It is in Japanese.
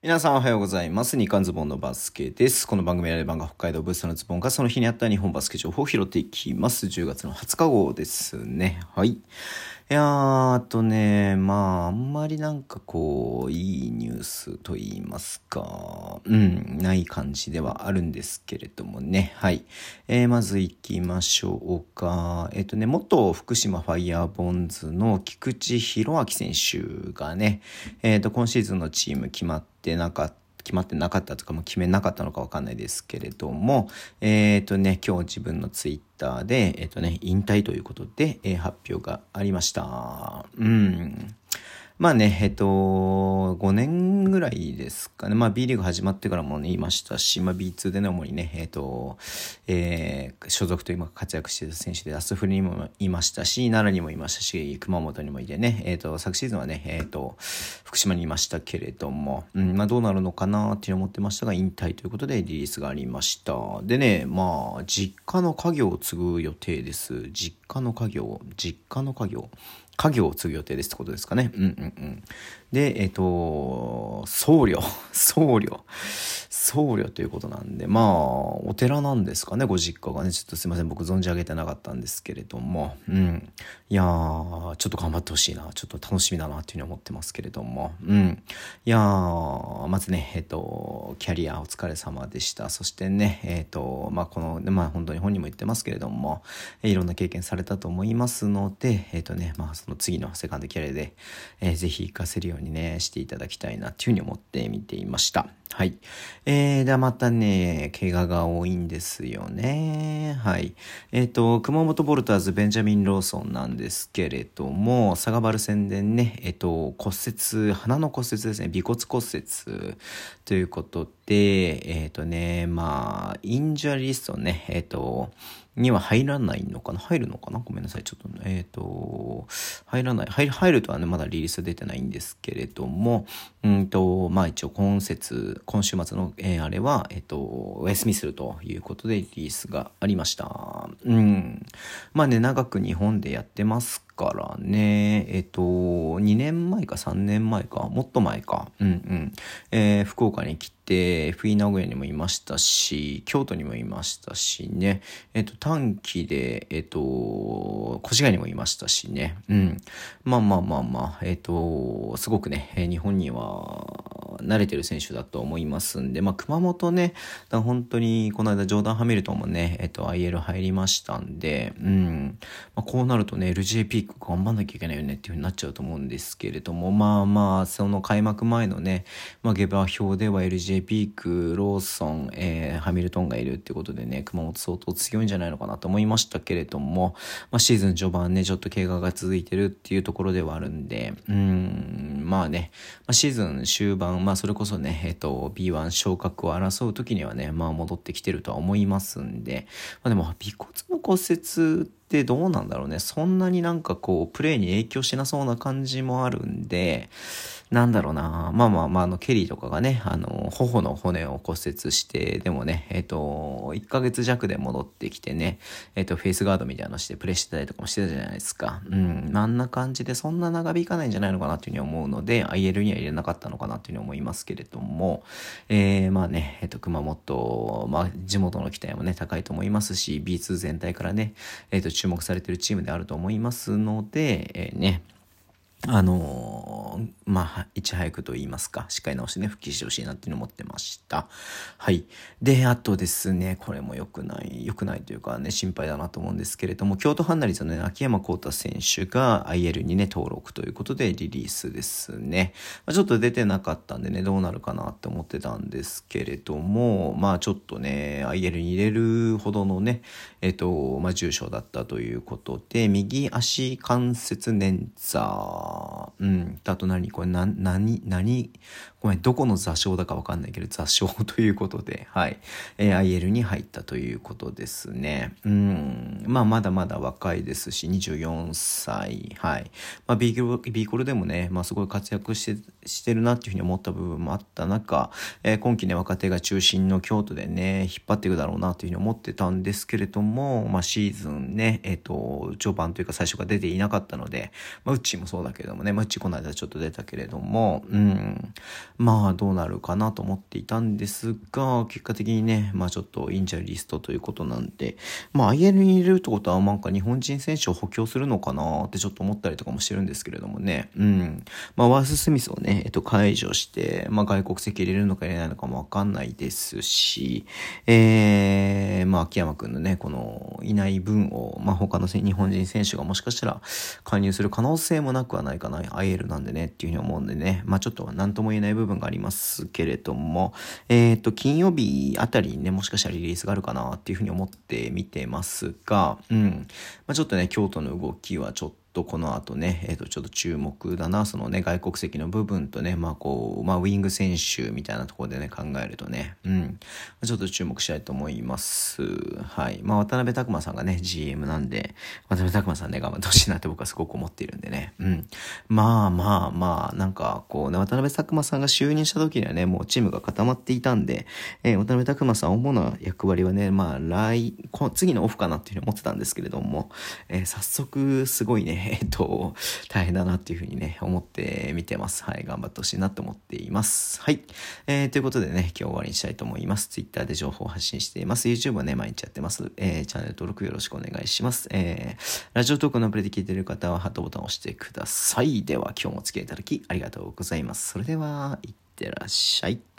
皆さんおはようございます。日刊ズボンのバスケです。この番組はレバンが北海道ブースのズボンがその日にあった日本バスケ情報を拾っていきます。10月の20日号ですね。はい。あんまりいいニュースと言いますか、ない感じではあるんですけれどもね。はい。まず行きましょうか。元福島ファイヤーボンズの菊池博明選手がね、今シーズンのチーム決まってなかったとかも決めなかったのかわかんないですけれども、今日自分のツイッターで、引退ということで、発表がありました。5年ぐらいですかね。B リーグ始まってからもね、いましたし、B2 でね、主にね、所属と今活躍していた選手で、アスフリにもいましたし、奈良にもいましたし、熊本にもいてね、昨シーズンはね、福島にいましたけれども、どうなるのかなって思ってましたが、引退ということでリリースがありました。でね、実家の家業を継ぐ予定です。家業を継ぐ予定ですってことですかね。で、僧侶ということなんで、お寺なんですかね、ご実家がね。ちょっとすいません、僕存じ上げてなかったんですけれども、いやー、ちょっと頑張ってほしいな、ちょっと楽しみだなっていうふうに思ってますけれども、まずね、キャリアお疲れ様でした。そしてね、本当に本人も言ってますけれども、いろんな経験されたと思いますので、その次のセカンドキャリアで、ぜひ活かせるようにね、していただきたいなっていうふうに思って見ていました。はい。ではまたね、怪我が多いんですよね。はい。熊本ボルターズベンジャミン・ローソンなんですけれども、サガバル戦でね、鼻の骨折ですね、尾骨骨折ということで、インジャリストね、には入らないのかな入るのかなごめんなさい。ちょっと、入るとはね、まだリリース出てないんですけれども、一応今週末の、あれは、お休みするということでリリースがありました。長く日本でやってますからね、2年前か3年前か、もっと前か、福岡に来て、名古屋にもいましたし、京都にもいましたしね、短期で、越谷にもいましたしね、すごくね、日本には慣れてる選手だと思いますんで、熊本ね、本当にこの間ジョーダン・ハミルトンもね、IL 入りましたんで、こうなるとね、LJ ピーク頑張んなきゃいけないよねっていう風になっちゃうと思うんですけれども、その開幕前のね、下馬評では LJ ピーク、ローソン、ハミルトンがいるっていうことでね、熊本相当強いんじゃないのかなと思いましたけれども、シーズン序盤ね、ちょっと怪我が続いてるっていうところではあるんで、シーズン終盤、それこそね、B1 昇格を争う時にはね、戻ってきてるとは思いますんで、でも、尾骨の骨折ってどうなんだろうね。そんなにプレーに影響しなそうな感じもあるんで、ケリーとかがね、頬の骨を骨折して、でもね、1ヶ月弱で戻ってきてね、フェイスガードみたいなのしてプレイしてたりとかもしてたじゃないですか。あんな感じでそんな長引かないんじゃないのかなというふうに思うので、IL には入れなかったのかなというふうに思いますけれども、熊本、地元の期待もね、高いと思いますし、B2 全体からね、注目されているチームであると思いますので、いち早くと言いますか、しっかり直してね、復帰してほしいなっていうのを思ってました。はい。で、あとですね、これも良くないというかね、心配だなと思うんですけれども、京都ハンナリーズのね、秋山幸太選手が IL にね、登録ということでリリースですね。ちょっと出てなかったんでね、どうなるかなって思ってたんですけれども、ちょっとね、IL に入れるほどのね、重傷だったということで、右足関節捻挫、あとごめん、どこの座礁だかわかんないけど、座礁ということで、はい。IL に入ったということですね。まだまだ若いですし、24歳。はい。B コルでもね、すごい活躍してるなっていうふうに思った部分もあった中、今季ね、若手が中心の京都でね、引っ張っていくだろうなというふうに思ってたんですけれども、シーズンね、序盤というか最初が出ていなかったので、うちもそうだけけれどもね、うちこの間ちょっと出たけれども、どうなるかなと思っていたんですが、結果的にね、ちょっとインジャリリストということなんで、IL に入れるってことはなんか日本人選手を補強するのかなってちょっと思ったりとかもしてるんですけれどもね、ワース・スミスをね、解除して、外国籍入れるのか入れないのかもわかんないですし、秋山くんのね、このいない分を、他の日本人選手がもしかしたら加入する可能性もなくはないかな、IL なんでねっていうふうに思うんでね、ちょっと何とも言えない部分がありますけれども、金曜日あたりにね、もしかしたらリリースがあるかなっていうふうに思って見てますが、ちょっとね、京都の動きはちょっとこの後ね、ちょっと注目だな。そのね、外国籍の部分とね、ウィング選手みたいなところでね、考えるとね、ちょっと注目したいと思います。はい。渡辺拓馬さんがね、GM なんで、渡辺拓馬さんね、頑張ってほしいなって僕はすごく思っているんでね。なんかこうね、渡辺拓馬さんが就任した時にはね、もうチームが固まっていたんで、渡辺拓馬さん主な役割はね、次のオフかなっていうふうに思ってたんですけれども、早速すごいね、大変だなっていうふうにね、思って見てます。はい、頑張ってほしいなと思っています。はい。ということでね、今日終わりにしたいと思います。Twitter で情報を発信しています。YouTube はね、毎日やってます。チャンネル登録よろしくお願いします。ラジオトークのアプリで聞いている方はハートボタンを押してください。では、今日もお付き合いいただきありがとうございます。それでは、いってらっしゃい。